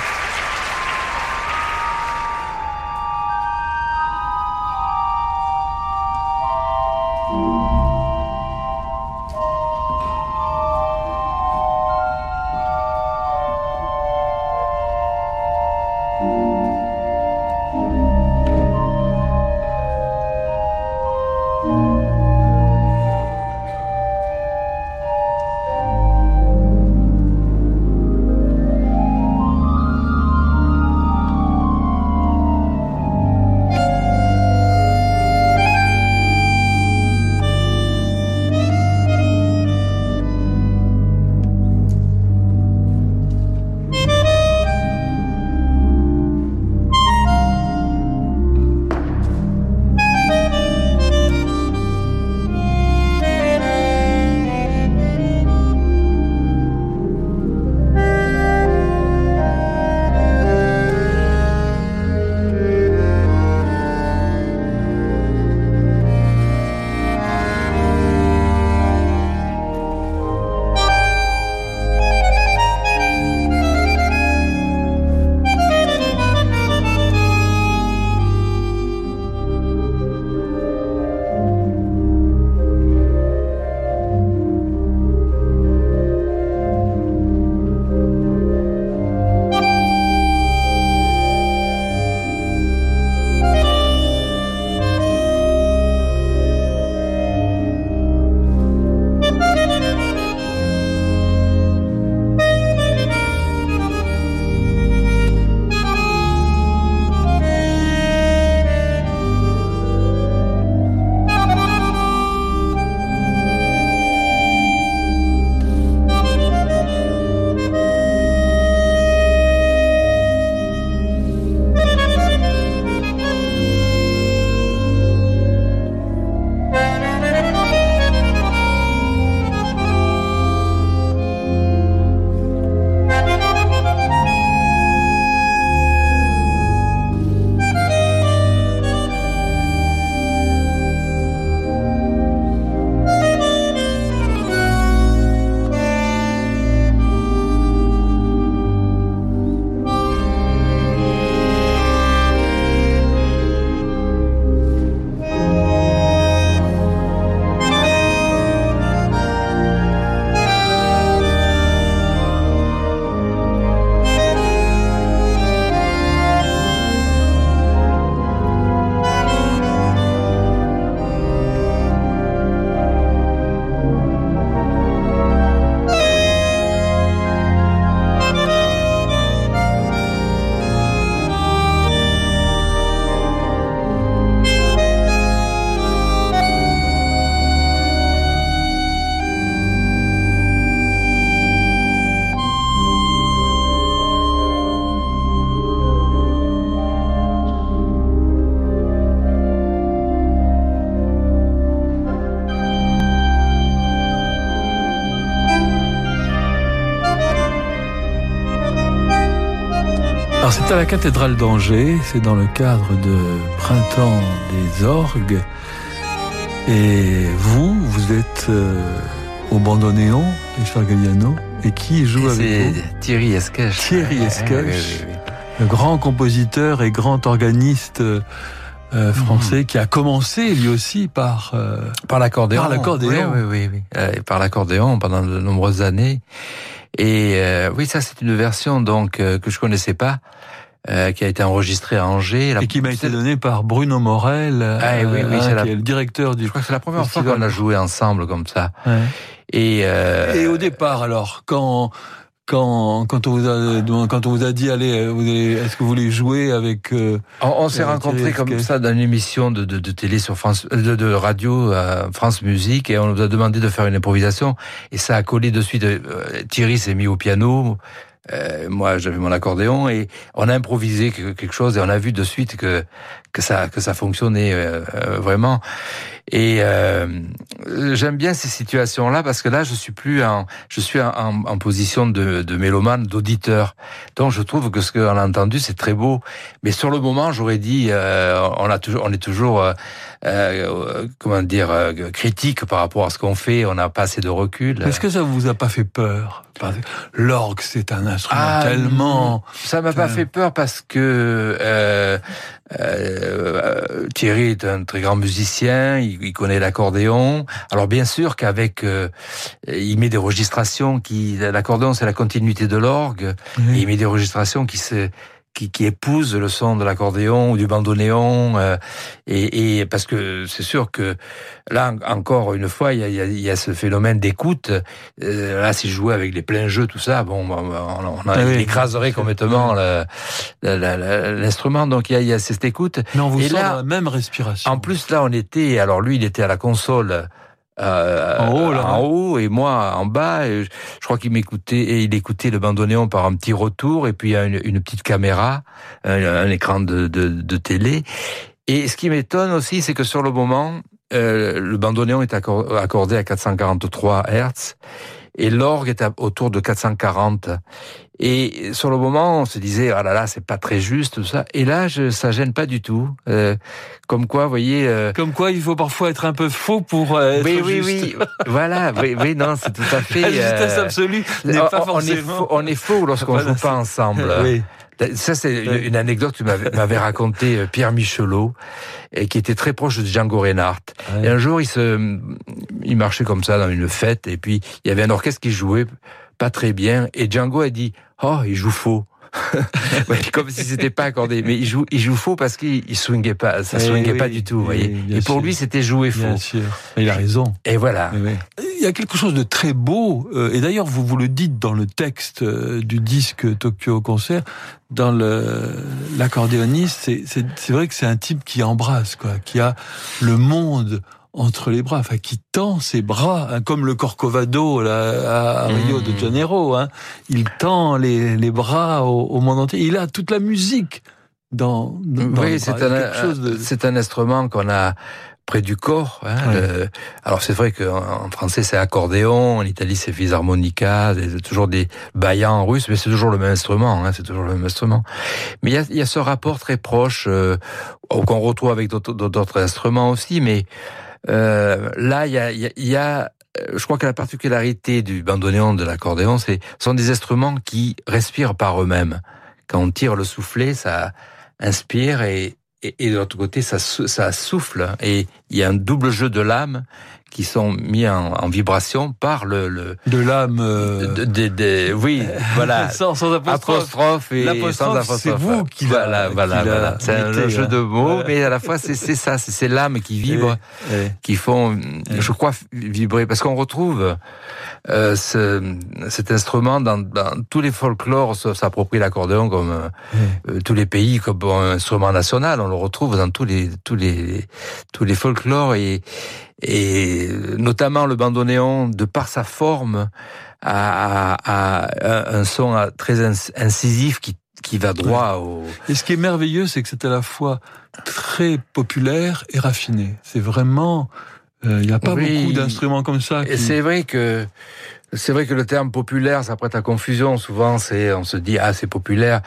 Alors c'est à la cathédrale d'Angers, c'est dans le cadre de Printemps des orgues. Et vous, vous êtes euh, au bandoneon, Richard Galliano, et qui joue et avec c'est vous? Thierry Esquèche. Thierry Esquèche, oui, oui, oui. le grand compositeur et grand organiste euh, français mmh. qui a commencé lui aussi par euh, par l'accordéon. Par l'accordéon. Oui, oui, oui, oui. Euh, par l'accordéon pendant de nombreuses années. Et euh, oui, ça c'est une version donc euh, que je connaissais pas, euh, qui a été enregistrée à Angers. Et qui m'a été donnée par Bruno Morel, ah, oui, oui, hein, c'est qui la... est le directeur du. Je crois que c'est la première festival. fois qu'on a joué ensemble comme ça. Ouais. Et, euh... Et au départ, alors, quand quand quand on vous a quand on vous a dit allez, vous allez, est-ce que vous voulez jouer avec euh, on, on s'est euh, rencontrés comme ça dans une émission de, de, de télé sur France, de, de radio euh, France Musique, et on nous a demandé de faire une improvisation, et ça a collé de suite. Euh, Thierry s'est mis au piano. Euh, moi, j'avais mon accordéon, et on a improvisé quelque chose, et on a vu de suite que que ça que ça fonctionnait euh, vraiment. Et euh, j'aime bien ces situations-là parce que là, je suis plus en je suis en, en, en position de, de mélomane, d'auditeur. Donc, je trouve que ce qu'on a entendu, c'est très beau. Mais sur le moment, j'aurais dit, euh, on a toujours, on est toujours, euh, euh, comment dire, euh, critique par rapport à ce qu'on fait. On n'a pas assez de recul. Est-ce que ça vous a pas fait peur? L'orgue, c'est un instrument ah, tellement. Ça m'a pas fait peur parce que euh, euh, Thierry est un très grand musicien. Il, il connaît l'accordéon. Alors bien sûr qu'avec, euh, il met des registrations qui, l'accordéon c'est la continuité de l'orgue. Oui. Et il met des registrations qui se Qui, qui épouse le son de l'accordéon ou du bandoneon, euh, et, et parce que c'est sûr que là encore une fois il y a, il y a, il y a ce phénomène d'écoute. Euh, là, si je jouais avec les pleins jeux, tout ça, bon, on, on, a, ah oui, écraserait complètement le, le, le, l'instrument. Donc il y a, il y a cette écoute. Mais on vous et sent là, dans la même respiration. En plus là, on était, alors lui, il était à la console. Euh, en haut, là, en haut, et moi en bas. Et je, je crois qu'il m'écoutait, et il écoutait le bandoneon par un petit retour, et puis il y a une, une petite caméra, un, un écran de, de, de télé. Et ce qui m'étonne aussi, c'est que sur le moment, euh, le bandoneon est accordé à quatre cent quarante-trois hertz, et l'orgue est à, autour de quatre cent quarante. Et sur le moment, on se disait, ah là là, c'est pas très juste, tout ça. Et là, je, ça gêne pas du tout. Euh, comme quoi, vous voyez... Euh... Comme quoi, il faut parfois être un peu faux pour euh, être oui, oui, juste. Oui, oui, voilà. Oui, oui, non, c'est tout à fait... La justesse euh... absolue n'est on, pas on forcément... Est faux, on est faux lorsqu'on ne joue pas ensemble. Oui. Ça, c'est une, une anecdote que m'avait, m'avait raconté Pierre Michelot, et qui était très proche de Django Reinhardt. Ouais. Et un jour, il se, il marchait comme ça dans une fête, et puis il y avait un orchestre qui jouait pas très bien, et Django a dit « Oh, il joue faux ». Ouais, comme si c'était pas accordé, mais il joue, il joue faux parce qu'il il swingait pas, ça swingait oui, pas du tout, vous voyez. Et pour sûr. Lui, c'était jouer faux. Bien sûr. Il a raison. Et voilà. Oui. Il y a quelque chose de très beau, et d'ailleurs vous vous le dites dans le texte du disque Tokyo Concert, dans le l'accordéoniste, c'est, c'est c'est vrai que c'est un type qui embrasse, quoi, qui a le monde entre les bras, enfin qui tend ses bras, hein, comme le Corcovado là, à Rio mmh. de Janeiro, hein, il tend les, les bras au, au monde entier. Il a toute la musique dans. dans oui, c'est un, chose de... c'est un instrument qu'on a près du corps. Hein, ouais. le... Alors c'est vrai qu'en français c'est accordéon, en Italie c'est fisarmonica, c'est toujours des baillants en russe, mais c'est toujours le même instrument. Hein, c'est toujours le même instrument. Mais il y a, il y a ce rapport très proche euh, qu'on retrouve avec d'autres, d'autres instruments aussi, mais Euh, là, il y a, il y a, il y a, je crois que la particularité du bandoneon, de l'accordéon, c'est, ce sont des instruments qui respirent par eux-mêmes. Quand on tire le soufflet, ça inspire, et, et, et de l'autre côté, ça, ça souffle. Et il y a un double jeu de lames qui sont mis en, en vibration par le, le de l'âme euh... de, de, de, oui voilà sans, sans apostrophe. apostrophe et l'apostrophe, sans apostrophe, c'est vous qui voilà l'a, voilà, qui voilà. c'est un été, jeu hein. de mots, voilà. Mais à la fois c'est c'est ça, c'est ces lames qui vibrent, et, et. qui font et. je crois vibrer, parce qu'on retrouve euh, ce, cet instrument dans, dans tous les folklores, s'approprie l'accordéon comme euh, tous les pays comme un instrument national, on le retrouve dans tous les tous les tous les folklores, et et notamment le bandoneon, de par sa forme, a, a, a un son très incisif qui, qui va droit ouais. au... Et ce qui est merveilleux, c'est que c'est à la fois très populaire et raffiné. C'est vraiment... Il euh, n'y a pas oui. beaucoup d'instruments comme ça. Qui... Et c'est vrai que C'est vrai que le terme populaire, ça prête à confusion. Souvent, c'est, on se dit, ah, c'est populaire.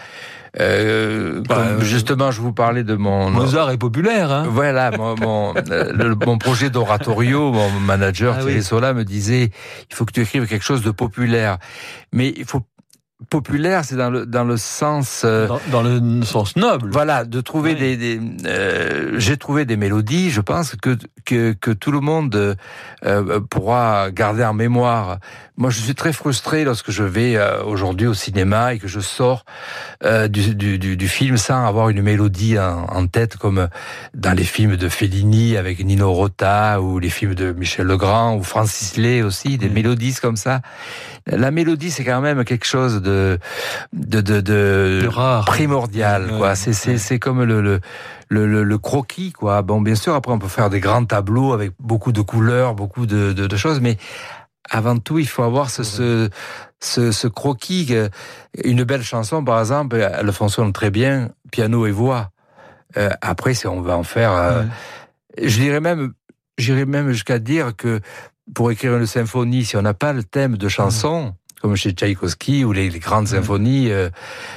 Euh, bah, comme euh, justement, je vous parlais de mon... Mozart est populaire, hein. Voilà, mon, mon, le, mon projet d'oratorio, mon manager, ah, Thierry oui. Sola, me disait, il faut que tu écrives quelque chose de populaire. Mais il faut populaire, c'est dans le dans le sens euh, dans, dans le sens noble. Voilà, de trouver oui. des, des euh, j'ai trouvé des mélodies. Je pense que que que tout le monde euh, pourra garder en mémoire. Moi, je suis très frustré lorsque je vais euh, aujourd'hui au cinéma et que je sors euh, du, du du du film sans avoir une mélodie en, en tête, comme dans les films de Fellini avec Nino Rota ou les films de Michel Legrand ou Francis Lay aussi, des mmh. mélodies comme ça. La mélodie, c'est quand même quelque chose de de de, de, de rare, primordial, ouais, quoi. C'est c'est ouais. c'est comme le le le le le croquis, quoi. Bon, bien sûr, après on peut faire des grands tableaux avec beaucoup de couleurs, beaucoup de de, de choses, mais avant tout, il faut avoir ce ce ce, ce croquis. Une belle chanson, par exemple, elle fonctionne très bien, piano et voix. Euh, après, si on va en faire, euh, ouais. je dirais même, j'irais même jusqu'à dire que pour écrire une symphonie, si on n'a pas le thème de chanson, mmh. comme chez Tchaïkovski ou les, les grandes mmh. symphonies, euh,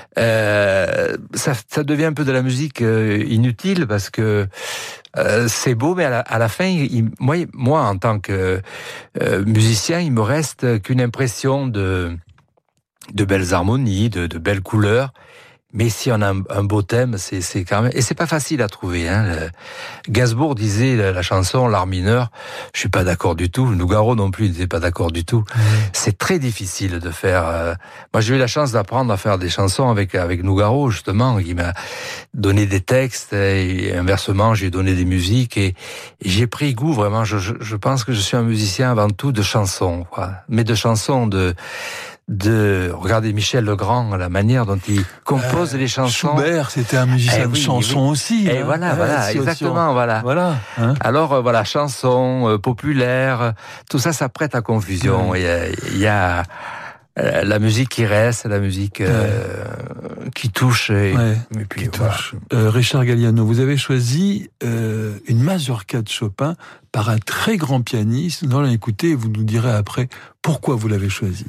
euh, ça, ça devient un peu de la musique euh, inutile parce que euh, c'est beau, mais à la, à la fin, il, moi, moi, en tant que euh, musicien, il me reste qu'une impression de, de belles harmonies, de, de belles couleurs. Mais si on a un, un beau thème, c'est, c'est quand même... Et c'est pas facile à trouver. Hein. Gainsbourg disait la, la chanson, l'art mineur, je suis pas d'accord du tout. Nougaro non plus n'était pas d'accord du tout. Mmh. C'est très difficile de faire... Euh... Moi, j'ai eu la chance d'apprendre à faire des chansons avec avec Nougaro, justement, qui m'a donné des textes, et inversement, j'ai donné des musiques, et, et j'ai pris goût, vraiment. Je, je, je pense que je suis un musicien avant tout de chansons, quoi. Mais de chansons de... de regardez Michel Legrand, la manière dont il compose euh, les chansons. Schubert, c'était un musicien eh oui, de chanson oui. aussi. Et hein. voilà, ouais, voilà, exactement, voilà. Voilà. Hein. Alors euh, voilà, chansons euh, populaires, tout ça, ça prête à confusion. Il ouais. y, y a euh, la musique qui reste, la musique euh, ouais. qui touche. Et, ouais, et puis, qui voilà. touche. Euh, Richard Galliano, vous avez choisi euh, une mazurka de Chopin par un très grand pianiste. Nous allons l'écouter et vous nous direz après pourquoi vous l'avez choisi.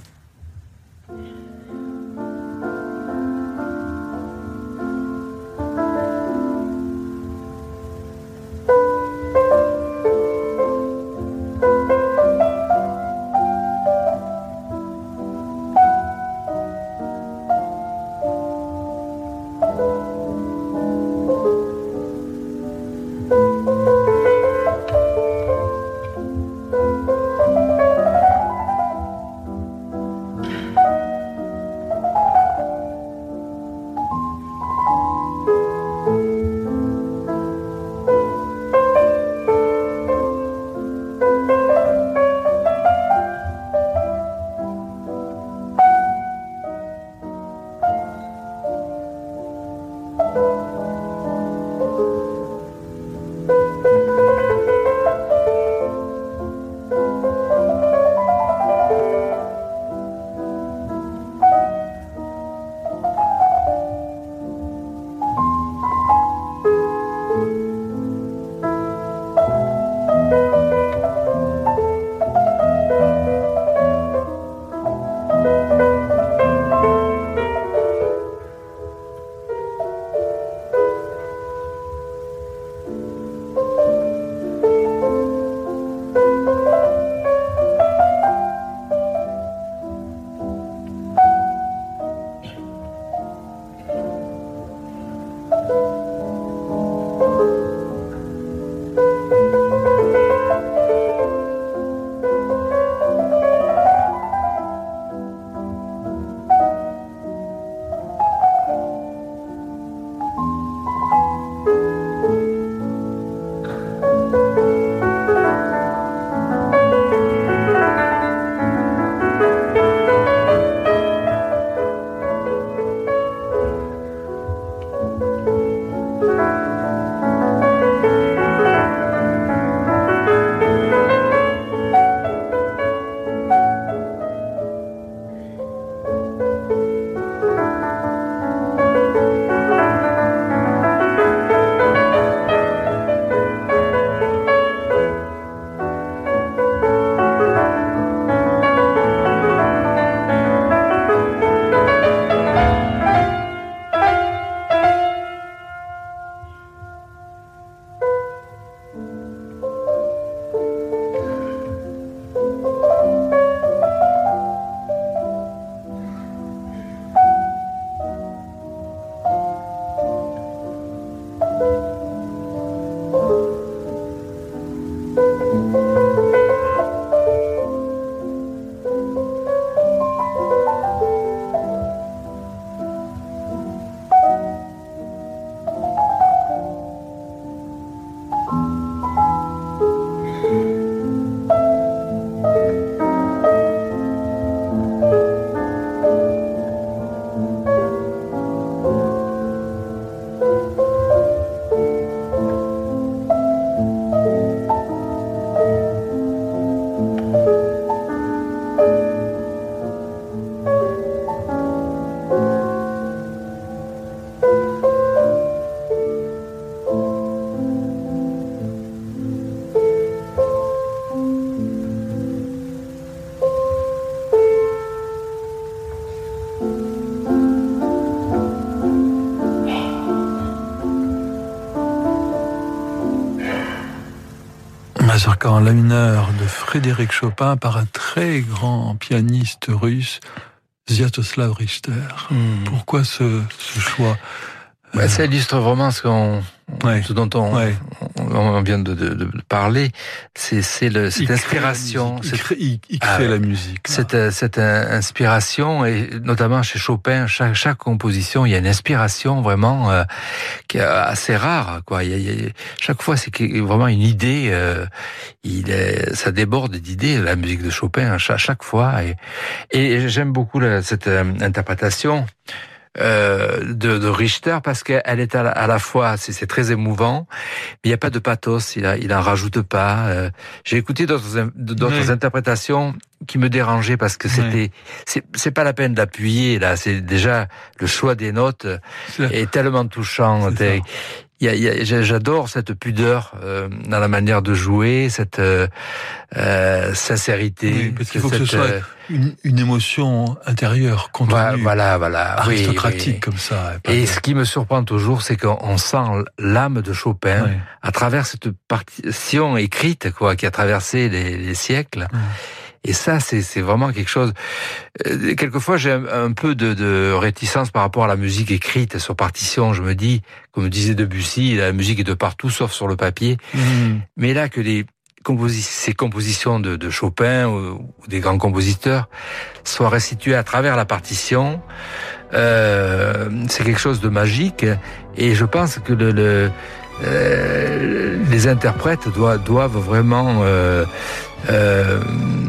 mazurka en la mineur de Frédéric Chopin par un très grand pianiste russe, Sviatoslav Richter. Hmm. Pourquoi ce, ce choix? Bah, ça illustre vraiment ce, qu'on, ouais. ce dont on, ouais. on, on vient de, de, de parler. C'est, c'est le, cette il inspiration. Il crée, il, il crée ah, la musique. Cette, cette inspiration, et notamment chez Chopin, chaque, chaque composition, il y a une inspiration vraiment euh, qui est assez rare. Quoi. Il y a, il y a, chaque fois, c'est vraiment une idée. Euh, il est, ça déborde d'idées, la musique de Chopin, à chaque, chaque fois. Et, et j'aime beaucoup la, cette euh, interprétation. Euh, de, de Richter, parce qu'elle est à la, à la fois, c'est, c'est très émouvant, mais il n'y a pas de pathos, il, a, il en rajoute pas. Euh, j'ai écouté d'autres, d'autres oui. interprétations qui me dérangeaient parce que c'était, oui. c'est, c'est pas la peine d'appuyer là. C'est déjà le choix des notes c'est... est tellement touchant. C'est Il y a, il y a, j'adore cette pudeur euh, dans la manière de jouer, cette euh, euh, sincérité. Oui, parce qu'il faut cette, que ce soit une, une émotion intérieure, contenue, voilà, voilà, aristocratique oui, oui. comme ça. Et ce qui me surprend toujours, c'est qu'on sent l'âme de Chopin oui. à travers cette partition écrite, quoi, qui a traversé les, les siècles. Oui. Et ça, c'est, c'est vraiment quelque chose. Euh, quelquefois, j'ai un, un peu de, de réticence par rapport à la musique écrite sur partition. Je me dis, comme disait Debussy, la musique est de partout, sauf sur le papier. Mmh. Mais là, que les composi- ces compositions de, de Chopin ou, ou des grands compositeurs soient restituées à travers la partition, euh, c'est quelque chose de magique. Et je pense que le, le euh, les interprètes doivent, doivent vraiment euh, euh,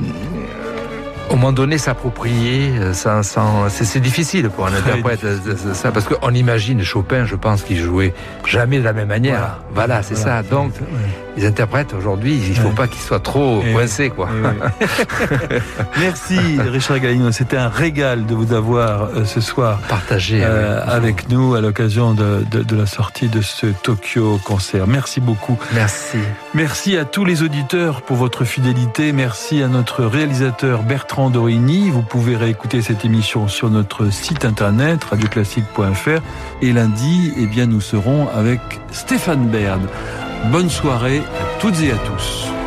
au moment donné s'approprier sans, sans, c'est, c'est difficile pour un interprète ça, parce qu'on imagine Chopin, je pense qu'il jouait jamais de la même manière. Voilà, voilà c'est voilà, ça. C'est Donc, c'est, ouais. les interprètes aujourd'hui, il ne faut ouais. pas qu'ils soient trop et coincés, quoi. Ouais. Merci Richard Galliano, c'était un régal de vous avoir euh, ce soir partagé euh, avec nous à l'occasion de, de, de la sortie de ce Tokyo Concert. Merci beaucoup. Merci. Merci à tous les auditeurs pour votre fidélité. Merci à notre réalisateur Bertrand Dorini. Vous pouvez réécouter cette émission sur notre site internet radio classique point f r et lundi, eh bien, nous serons avec Stéphane Bern. Bonne soirée à toutes et à tous.